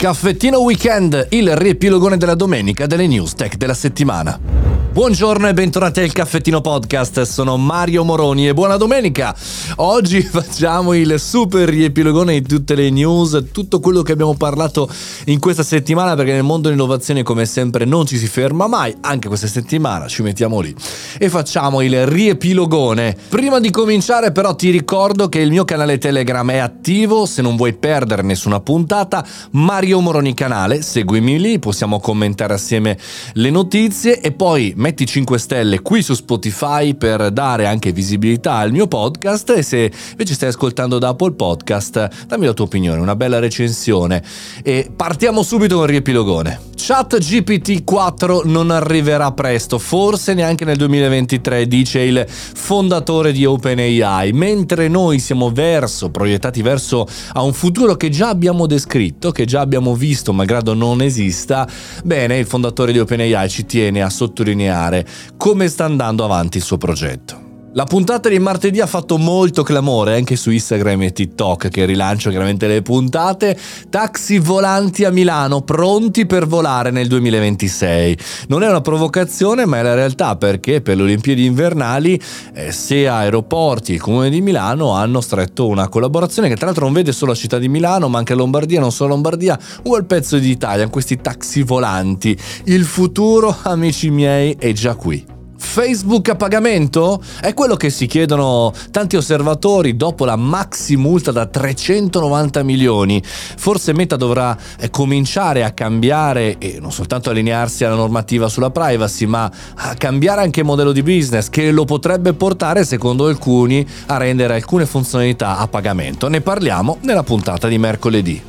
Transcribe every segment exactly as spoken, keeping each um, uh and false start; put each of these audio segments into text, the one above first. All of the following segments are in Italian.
Caffettino Weekend, il riepilogone della domenica delle news tech della settimana. Buongiorno e bentornati al Caffettino Podcast, sono Mario Moroni e buona domenica! Oggi facciamo il super riepilogone di tutte le news, tutto quello che abbiamo parlato in questa settimana, perché nel mondo dell'innovazione come sempre non ci si ferma mai, anche questa settimana ci mettiamo lì e facciamo il riepilogone. Prima di cominciare però ti ricordo che il mio canale Telegram è attivo, se non vuoi perdere nessuna puntata, Mario Moroni canale, seguimi lì, possiamo commentare assieme le notizie e poi metti cinque stelle qui su Spotify per dare anche visibilità al mio podcast, e se invece stai ascoltando da Apple Podcast dammi la tua opinione, una bella recensione. E partiamo subito con il riepilogone. ChatGPT quattro non arriverà presto, forse neanche nel duemilaventitré, dice il fondatore di OpenAI, mentre noi siamo verso, proiettati verso a un futuro che già abbiamo descritto, che già abbiamo visto malgrado non esista. Bene, il fondatore di OpenAI ci tiene a sottolineare come sta andando avanti il suo progetto. La puntata di martedì ha fatto molto clamore anche su Instagram e TikTok, che rilancio chiaramente le puntate. Taxi volanti a Milano pronti per volare nel duemilaventisei. Non è una provocazione, ma è la realtà, perché per le Olimpiadi invernali eh, sia aeroporti e il Comune di Milano hanno stretto una collaborazione che tra l'altro non vede solo la città di Milano, ma anche Lombardia, non solo Lombardia, un bel pezzo di Italia, questi taxi volanti. Il futuro, amici miei, è già qui. Facebook a pagamento? È quello che si chiedono tanti osservatori dopo la maxi multa da trecentonovanta milioni. Forse Meta dovrà eh, cominciare a cambiare e non soltanto allinearsi alla normativa sulla privacy, ma a cambiare anche il modello di business, che lo potrebbe portare, secondo alcuni, a rendere alcune funzionalità a pagamento. Ne parliamo nella puntata di mercoledì.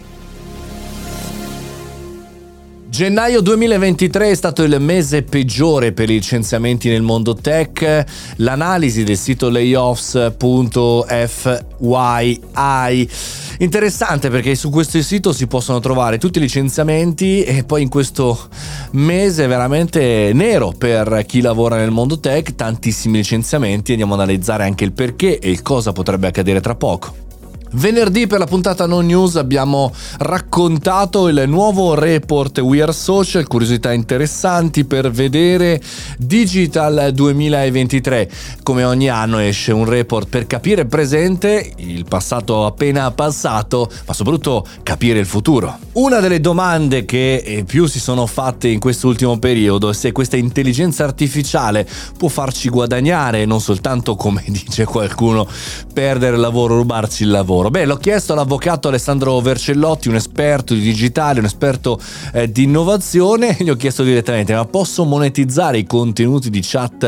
Gennaio duemilaventitré è stato il mese peggiore per i licenziamenti nel mondo tech. L'analisi del sito layoffs punto f y i, interessante perché su questo sito si possono trovare tutti i licenziamenti, e poi in questo mese veramente nero per chi lavora nel mondo tech, tantissimi licenziamenti. Andiamo ad analizzare anche il perché e il cosa potrebbe accadere tra poco. Venerdì per la puntata non news abbiamo raccontato il nuovo report We Are Social, curiosità interessanti per vedere Digital duemilaventitré. Come ogni anno esce un report per capire il presente, il passato appena passato, ma soprattutto capire il futuro. Una delle domande che più si sono fatte in quest'ultimo periodo è se questa intelligenza artificiale può farci guadagnare, non soltanto, come dice qualcuno, perdere il lavoro, rubarci il lavoro. Beh, l'ho chiesto all'avvocato Alessandro Vercellotti, un esperto di digitale, un esperto eh, di innovazione. Gli ho chiesto direttamente: ma posso monetizzare i contenuti di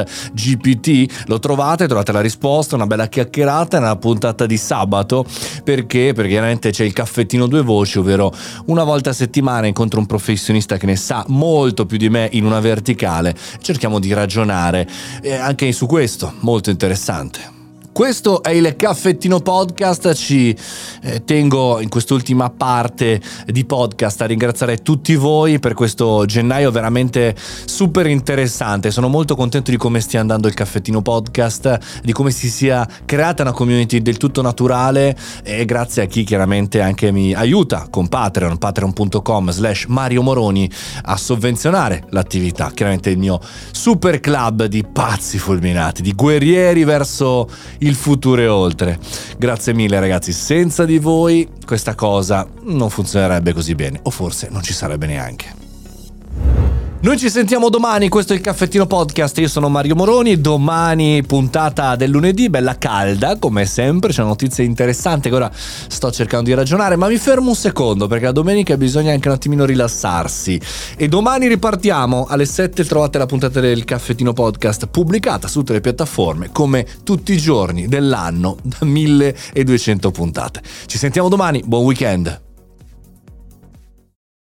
ChatGPT? Lo trovate, trovate la risposta, una bella chiacchierata nella puntata di sabato. Perché? Perché chiaramente c'è il caffettino due voci, ovvero una volta a settimana incontro un professionista che ne sa molto più di me in una verticale. Cerchiamo di ragionare eh, anche su questo, molto interessante. Questo è il Caffettino Podcast, ci eh, tengo in quest'ultima parte di podcast a ringraziare tutti voi per questo gennaio veramente super interessante. Sono molto contento di come stia andando il Caffettino Podcast, di come si sia creata una community del tutto naturale, e grazie a chi chiaramente anche mi aiuta con Patreon, patreon punto com slash Mario Moroni, a sovvenzionare l'attività. Chiaramente il mio super club di pazzi fulminati, di guerrieri verso il futuro e oltre. Grazie mille ragazzi, senza di voi questa cosa non funzionerebbe così bene, o forse non ci sarebbe neanche. Noi ci sentiamo domani, questo è il Caffettino Podcast, io sono Mario Moroni. Domani puntata del lunedì, bella calda come sempre, c'è una notizia interessante che ora sto cercando di ragionare, ma mi fermo un secondo perché la domenica bisogna anche un attimino rilassarsi, e domani ripartiamo alle sette. Trovate la puntata del Caffettino Podcast pubblicata su tutte le piattaforme come tutti i giorni dell'anno da milleduecento puntate. Ci sentiamo domani, buon weekend.